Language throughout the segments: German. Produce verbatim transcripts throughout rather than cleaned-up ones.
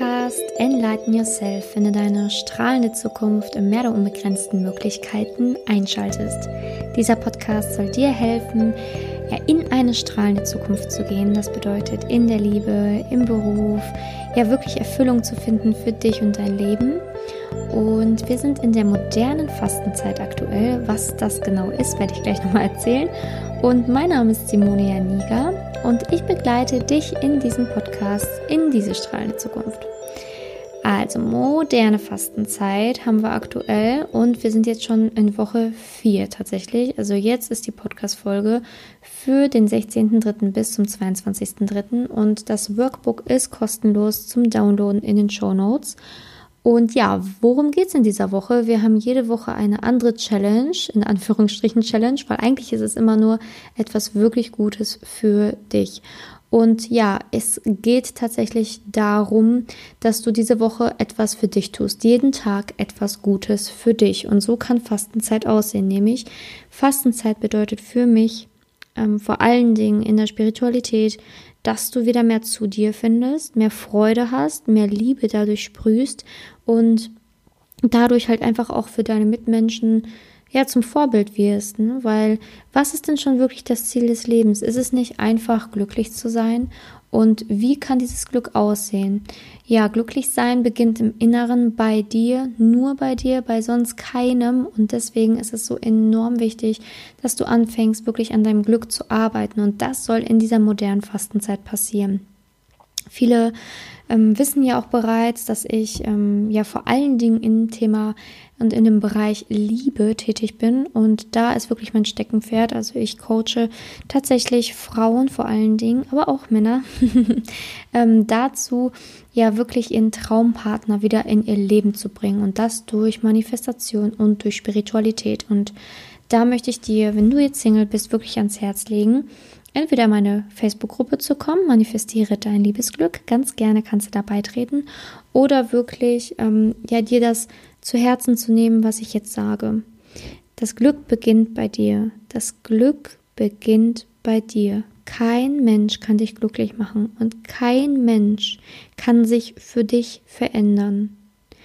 Podcast Enlighten Yourself finde deine strahlende Zukunft im Meer der unbegrenzten Möglichkeiten einschaltest. Dieser Podcast soll dir helfen, ja, in eine strahlende Zukunft zu gehen. Das bedeutet in der Liebe, im Beruf, ja wirklich Erfüllung zu finden für dich und dein Leben. Und wir sind in der modernen Fastenzeit aktuell. Was das genau ist, werde ich gleich nochmal erzählen. Und mein Name ist Simone Janiga und ich begleite dich in diesem Podcast in diese strahlende Zukunft. Also moderne Fastenzeit haben wir aktuell und wir sind jetzt schon in Woche vier tatsächlich. Also jetzt ist die Podcast-Folge für den sechzehnten dritten bis zum zweiundzwanzigsten dritten und das Workbook ist kostenlos zum Downloaden in den Shownotes. Und ja, worum geht es in dieser Woche? Wir haben jede Woche eine andere Challenge, in Anführungsstrichen Challenge, weil eigentlich ist es immer nur etwas wirklich Gutes für dich. Und ja, es geht tatsächlich darum, dass du diese Woche etwas für dich tust. Jeden Tag etwas Gutes für dich. Und so kann Fastenzeit aussehen. Nämlich Fastenzeit bedeutet für mich ähm, vor allen Dingen in der Spiritualität, dass du wieder mehr zu dir findest, mehr Freude hast, mehr Liebe dadurch sprühst und dadurch halt einfach auch für deine Mitmenschen ja zum Vorbild wirst, ne? Weil was ist denn schon wirklich das Ziel des Lebens? Ist es nicht einfach, glücklich zu sein? Und wie kann dieses Glück aussehen? Ja, glücklich sein beginnt im Inneren bei dir, nur bei dir, bei sonst keinem. Und deswegen ist es so enorm wichtig, dass du anfängst, wirklich an deinem Glück zu arbeiten. Und das soll in dieser modernen Fastenzeit passieren. Viele ähm, wissen ja auch bereits, dass ich ähm, ja vor allen Dingen im Thema und in dem Bereich Liebe tätig bin und da ist wirklich mein Steckenpferd. Also ich coache tatsächlich Frauen vor allen Dingen, aber auch Männer ähm, dazu, ja wirklich ihren Traumpartner wieder in ihr Leben zu bringen und das durch Manifestation und durch Spiritualität. Und da möchte ich dir, wenn du jetzt Single bist, wirklich ans Herz legen, entweder meine Facebook-Gruppe zu kommen, manifestiere dein Liebesglück, ganz gerne kannst du da beitreten, oder wirklich ähm, ja dir das zu Herzen zu nehmen, was ich jetzt sage. Das Glück beginnt bei dir. Das Glück beginnt bei dir. Kein Mensch kann dich glücklich machen und kein Mensch kann sich für dich verändern.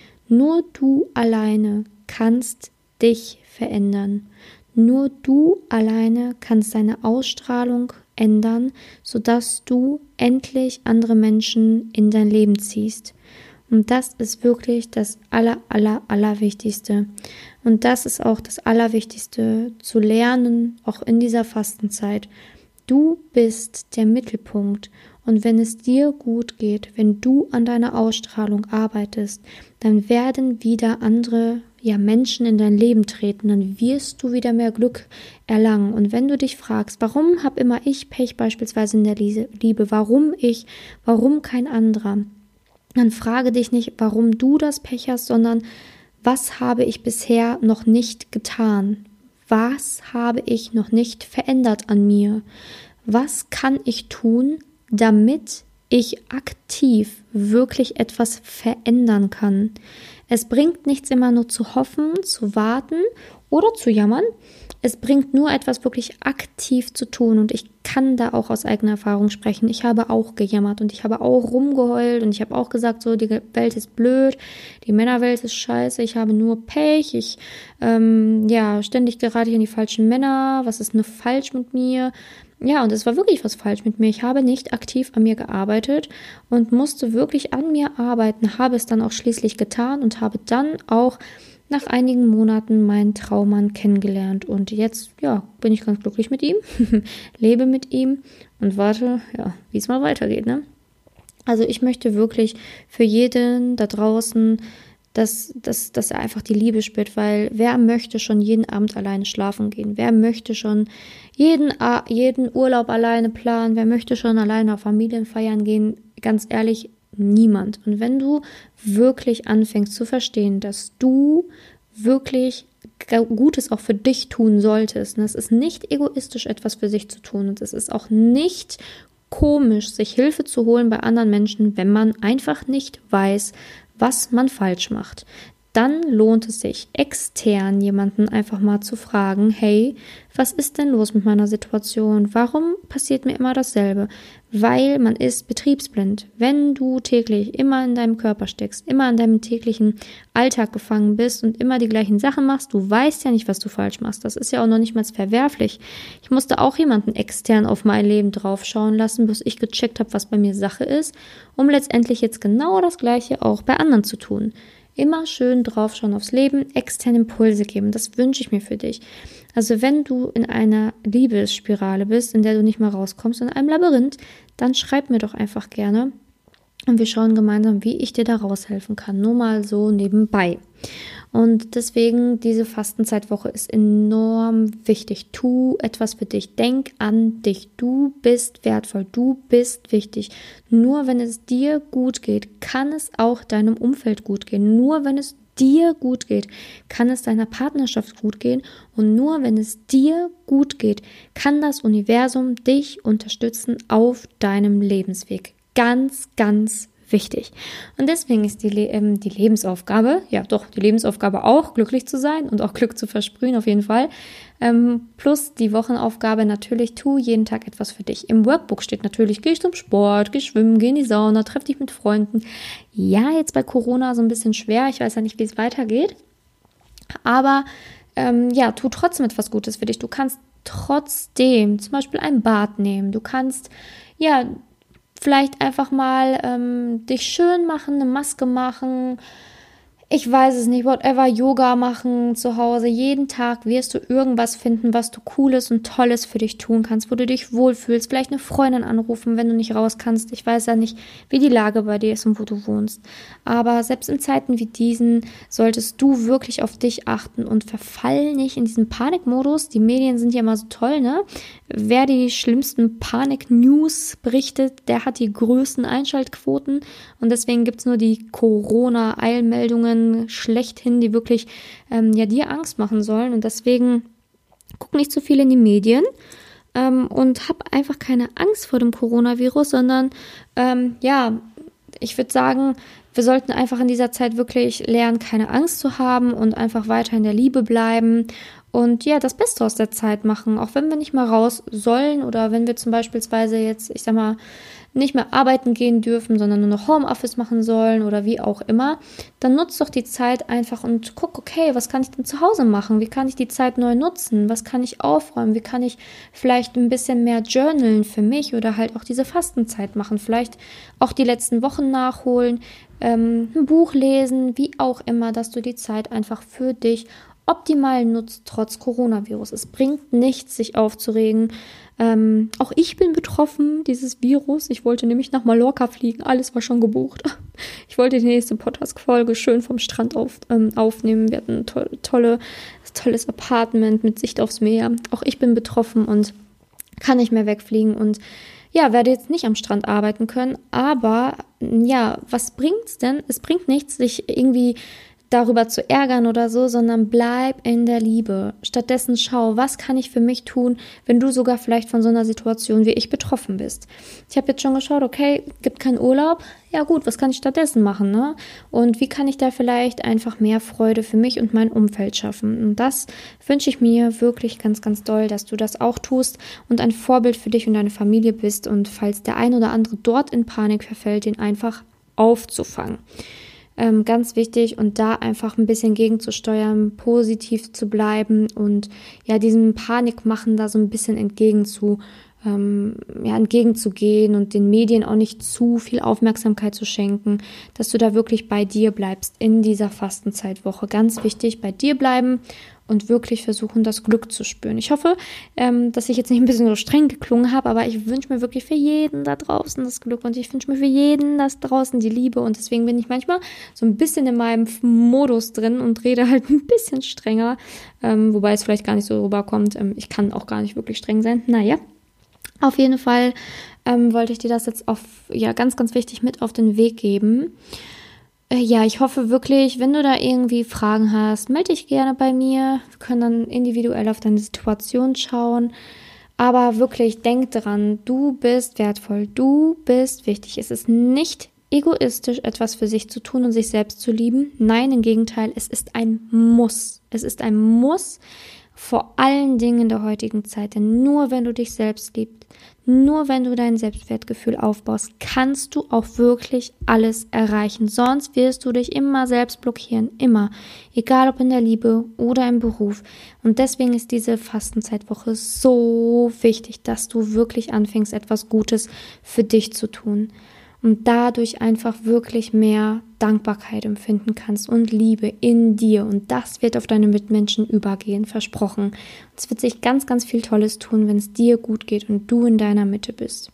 Nur du alleine kannst dich verändern. Nur du alleine kannst deine Ausstrahlung ändern, sodass du endlich andere Menschen in dein Leben ziehst. Und das ist wirklich das aller, aller, allerwichtigste. Und das ist auch das Allerwichtigste zu lernen, auch in dieser Fastenzeit. Du bist der Mittelpunkt. Und wenn es dir gut geht, wenn du an deiner Ausstrahlung arbeitest, dann werden wieder andere ja, Menschen in dein Leben treten, dann wirst du wieder mehr Glück erlangen. Und wenn du dich fragst, warum habe immer ich Pech beispielsweise in der Liebe, warum ich, warum kein anderer, dann frage dich nicht, warum du das Pech hast, sondern was habe ich bisher noch nicht getan? Was habe ich noch nicht verändert an mir? Was kann ich tun, damit ich aktiv wirklich etwas verändern kann? Es bringt nichts immer nur zu hoffen, zu warten oder zu jammern. Es bringt nur etwas wirklich aktiv zu tun und ich kann da auch aus eigener Erfahrung sprechen. Ich habe auch gejammert und ich habe auch rumgeheult und ich habe auch gesagt, so die Welt ist blöd, die Männerwelt ist scheiße, ich habe nur Pech, ich ähm, ja ständig gerate ich an die falschen Männer, was ist nur falsch mit mir? Ja, und es war wirklich was falsch mit mir. Ich habe nicht aktiv an mir gearbeitet und musste wirklich an mir arbeiten, habe es dann auch schließlich getan und habe dann auch nach einigen Monaten meinen Traummann kennengelernt. Und jetzt, ja, bin ich ganz glücklich mit ihm, lebe mit ihm und warte, ja, wie es mal weitergeht, ne? Also ich möchte wirklich für jeden da draußen, dass, dass, dass er einfach die Liebe spürt, weil wer möchte schon jeden Abend alleine schlafen gehen? Wer möchte schon jeden, jeden Urlaub alleine planen? Wer möchte schon alleine auf Familienfeiern gehen? Ganz ehrlich, niemand. Und wenn du wirklich anfängst zu verstehen, dass du wirklich Gutes auch für dich tun solltest, und es ist nicht egoistisch, etwas für sich zu tun, und es ist auch nicht komisch, sich Hilfe zu holen bei anderen Menschen, wenn man einfach nicht weiß, was man falsch macht. dann lohnt es sich, extern jemanden einfach mal zu fragen, hey, was ist denn los mit meiner Situation? Warum passiert mir immer dasselbe? Weil man ist betriebsblind. Wenn du täglich immer in deinem Körper steckst, immer in deinem täglichen Alltag gefangen bist und immer die gleichen Sachen machst, du weißt ja nicht, was du falsch machst. Das ist ja auch noch nicht mal verwerflich. Ich musste auch jemanden extern auf mein Leben draufschauen lassen, bis ich gecheckt habe, was bei mir Sache ist, um letztendlich jetzt genau das Gleiche auch bei anderen zu tun. Immer schön draufschauen aufs Leben, externe Impulse geben. Das wünsche ich mir für dich. Also wenn du in einer Liebesspirale bist, in der du nicht mehr rauskommst, in einem Labyrinth, dann schreib mir doch einfach gerne und wir schauen gemeinsam, wie ich dir da raushelfen kann. Nur mal so nebenbei. Und deswegen, diese Fastenzeitwoche ist enorm wichtig. Tu etwas für dich. Denk an dich. Du bist wertvoll. Du bist wichtig. Nur wenn es dir gut geht, kann es auch deinem Umfeld gut gehen. Nur wenn es dir gut geht, kann es deiner Partnerschaft gut gehen. Und nur wenn es dir gut geht, kann das Universum dich unterstützen auf deinem Lebensweg. Ganz, ganz wichtig. Und deswegen ist die, Le- ähm, die Lebensaufgabe, ja doch, die Lebensaufgabe auch, glücklich zu sein und auch Glück zu versprühen, auf jeden Fall. Ähm, plus die Wochenaufgabe natürlich, tu jeden Tag etwas für dich. Im Workbook steht natürlich, geh zum Sport, geh schwimmen, geh in die Sauna, treff dich mit Freunden. Ja, jetzt bei Corona so ein bisschen schwer, ich weiß ja nicht, wie es weitergeht. Aber ähm, ja, tu trotzdem etwas Gutes für dich. Du kannst trotzdem zum Beispiel ein Bad nehmen. Du kannst, ja, vielleicht einfach mal ähm, dich schön machen, eine Maske machen, ich weiß es nicht, whatever, Yoga machen zu Hause. Jeden Tag wirst du irgendwas finden, was du Cooles und Tolles für dich tun kannst, wo du dich wohlfühlst. Vielleicht eine Freundin anrufen, wenn du nicht raus kannst. Ich weiß ja nicht, wie die Lage bei dir ist und wo du wohnst. Aber selbst in Zeiten wie diesen solltest du wirklich auf dich achten und verfall nicht in diesen Panikmodus. Die Medien sind ja immer so toll, ne? Wer die schlimmsten Panik-News berichtet, der hat die größten Einschaltquoten. Und deswegen gibt es nur die Corona-Eilmeldungen schlechthin, die wirklich ähm, ja dir Angst machen sollen. Und deswegen guck nicht zu viel in die Medien ähm, und hab einfach keine Angst vor dem Coronavirus, sondern ähm, ja, ich würde sagen, wir sollten einfach in dieser Zeit wirklich lernen, keine Angst zu haben und einfach weiter in der Liebe bleiben und ja, das Beste aus der Zeit machen, auch wenn wir nicht mal raus sollen oder wenn wir zum Beispiel jetzt, ich sag mal, nicht mehr arbeiten gehen dürfen, sondern nur noch Homeoffice machen sollen oder wie auch immer, dann nutzt doch die Zeit einfach und guck, okay, was kann ich denn zu Hause machen? Wie kann ich die Zeit neu nutzen? Was kann ich aufräumen? Wie kann ich vielleicht ein bisschen mehr journalen für mich oder halt auch diese Fastenzeit machen? Vielleicht auch die letzten Wochen nachholen, ähm, ein Buch lesen, wie auch immer, dass du die Zeit einfach für dich optimal nutzt, trotz Coronavirus. Es bringt nichts, sich aufzuregen. Ähm, auch ich bin betroffen, dieses Virus. Ich wollte nämlich nach Mallorca fliegen. Alles war schon gebucht. Ich wollte die nächste Podcast-Folge schön vom Strand auf, ähm, aufnehmen. Wir hatten ein to- tolle, tolles Apartment mit Sicht aufs Meer. Auch ich bin betroffen und kann nicht mehr wegfliegen und ja, werde jetzt nicht am Strand arbeiten können. Aber ja, was bringt's denn? Es bringt nichts, sich irgendwie darüber zu ärgern oder so, sondern bleib in der Liebe. Stattdessen schau, was kann ich für mich tun, wenn du sogar vielleicht von so einer Situation wie ich betroffen bist. Ich habe jetzt schon geschaut, okay, gibt keinen Urlaub. Ja gut, was kann ich stattdessen machen, ne? Und wie kann ich da vielleicht einfach mehr Freude für mich und mein Umfeld schaffen? Und das wünsche ich mir wirklich ganz, ganz doll, dass du das auch tust und ein Vorbild für dich und deine Familie bist und falls der ein oder andere dort in Panik verfällt, den einfach aufzufangen. Ähm, ganz wichtig und da einfach ein bisschen gegenzusteuern, positiv zu bleiben und ja diesem Panikmachen da so ein bisschen entgegen zu, ähm, ja, entgegenzugehen und den Medien auch nicht zu viel Aufmerksamkeit zu schenken, dass du da wirklich bei dir bleibst in dieser Fastenzeitwoche. Ganz wichtig, bei dir bleiben und wirklich versuchen, das Glück zu spüren. Ich hoffe, ähm, dass ich jetzt nicht ein bisschen so streng geklungen habe, aber ich wünsche mir wirklich für jeden da draußen das Glück und ich wünsche mir für jeden da draußen die Liebe und deswegen bin ich manchmal so ein bisschen in meinem Modus drin und rede halt ein bisschen strenger, ähm, wobei es vielleicht gar nicht so rüberkommt. Ähm, ich kann auch gar nicht wirklich streng sein. Naja, auf jeden Fall ähm, wollte ich dir das jetzt auf, ja, ganz, ganz wichtig mit auf den Weg geben. Ja, ich hoffe wirklich, wenn du da irgendwie Fragen hast, melde dich gerne bei mir. Wir können dann individuell auf deine Situation schauen. Aber wirklich, denk dran, du bist wertvoll, du bist wichtig. Es ist nicht egoistisch, etwas für sich zu tun und sich selbst zu lieben. Nein, im Gegenteil, es ist ein Muss. Es ist ein Muss, vor allen Dingen in der heutigen Zeit. Denn nur wenn du dich selbst liebst, nur wenn du dein Selbstwertgefühl aufbaust, kannst du auch wirklich alles erreichen. Sonst wirst du dich immer selbst blockieren. Immer. Egal ob in der Liebe oder im Beruf. Und deswegen ist diese Fastenzeitwoche so wichtig, dass du wirklich anfängst, etwas Gutes für dich zu tun. Und dadurch einfach wirklich mehr Dankbarkeit empfinden kannst und Liebe in dir. Und das wird auf deine Mitmenschen übergehen, versprochen. Und es wird sich ganz, ganz viel Tolles tun, wenn es dir gut geht und du in deiner Mitte bist.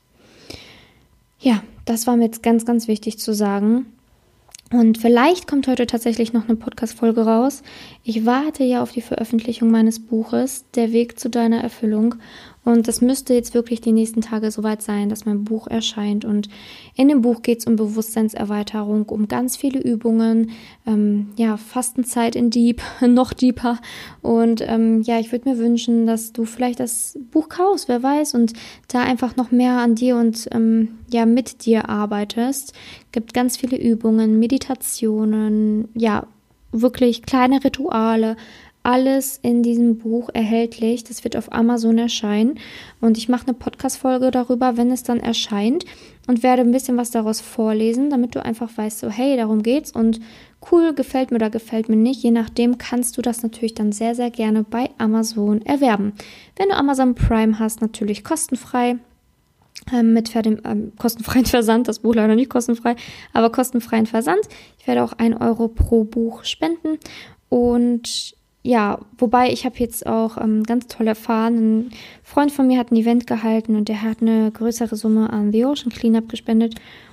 Ja, das war mir jetzt ganz, ganz wichtig zu sagen. Und vielleicht kommt heute tatsächlich noch eine Podcast-Folge raus. Ich warte ja auf die Veröffentlichung meines Buches, Der Weg zu deiner Erfüllung. Und das müsste jetzt wirklich die nächsten Tage soweit sein, dass mein Buch erscheint. Und in dem Buch geht es um Bewusstseinserweiterung, um ganz viele Übungen, ähm, ja, Fastenzeit in Deep, noch deeper. Und ähm, ja, ich würde mir wünschen, dass du vielleicht das Buch kaufst, wer weiß, und da einfach noch mehr an dir und ähm, ja, mit dir arbeitest. Es gibt ganz viele Übungen, Meditationen, ja, wirklich kleine Rituale, alles in diesem Buch erhältlich. Das wird auf Amazon erscheinen und ich mache eine Podcast-Folge darüber, wenn es dann erscheint, und werde ein bisschen was daraus vorlesen, damit du einfach weißt, so hey, darum geht's und cool, gefällt mir oder gefällt mir nicht. Je nachdem kannst du das natürlich dann sehr, sehr gerne bei Amazon erwerben. Wenn du Amazon Prime hast, natürlich kostenfrei. Ähm, mit für dem ähm, kostenfreien Versand, das Buch leider nicht kostenfrei, aber kostenfreien Versand. Ich werde auch ein Euro pro Buch spenden und ja, wobei ich habe jetzt auch ähm, ganz toll erfahren, ein Freund von mir hat ein Event gehalten und der hat eine größere Summe an The Ocean Cleanup gespendet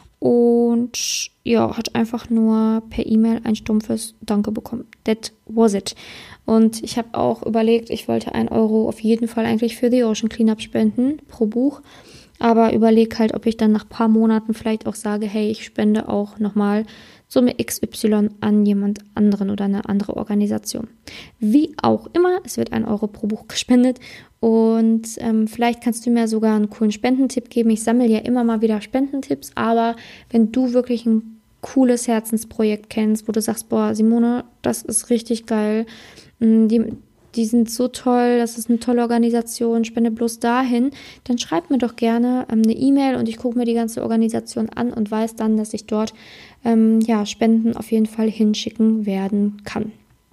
und ja, hat einfach nur per E-Mail ein stumpfes Danke bekommen. That was it. Und ich habe auch überlegt, ich wollte ein Euro auf jeden Fall eigentlich für The Ocean Cleanup spenden pro Buch. Aber überleg halt, ob ich dann nach ein paar Monaten vielleicht auch sage, hey, ich spende auch nochmal Summe X Y an jemand anderen oder eine andere Organisation. Wie auch immer, es wird ein Euro pro Buch gespendet und ähm, vielleicht kannst du mir sogar einen coolen Spendentipp geben. Ich sammle ja immer mal wieder Spendentipps, aber wenn du wirklich ein cooles Herzensprojekt kennst, wo du sagst, boah, Simone, das ist richtig geil, die Die sind so toll, das ist eine tolle Organisation, spende bloß dahin, dann schreib mir doch gerne ähm, eine E-Mail und ich gucke mir die ganze Organisation an und weiß dann, dass ich dort ähm, ja, Spenden auf jeden Fall hinschicken werden kann.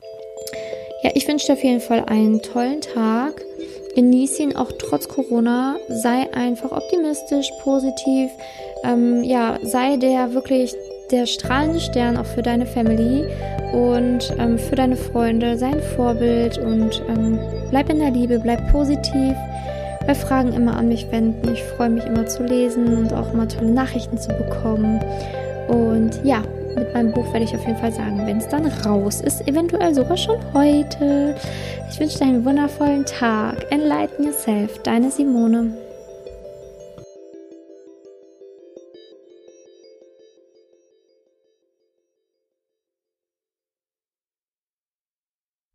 Ja, ich wünsche dir auf jeden Fall einen tollen Tag. Genieße ihn auch trotz Corona. Sei einfach optimistisch, positiv. Ähm, ja, sei der wirklich der strahlende Stern auch für deine Family und ähm, für deine Freunde. Sei ein Vorbild und ähm, bleib in der Liebe, bleib positiv. Bei Fragen immer an mich wenden. Ich freue mich immer zu lesen und auch immer tolle Nachrichten zu bekommen. Und ja, mit meinem Buch werde ich auf jeden Fall sagen, wenn es dann raus ist, eventuell sogar schon heute. Ich wünsche dir einen wundervollen Tag. Enlighten yourself, deine Simone.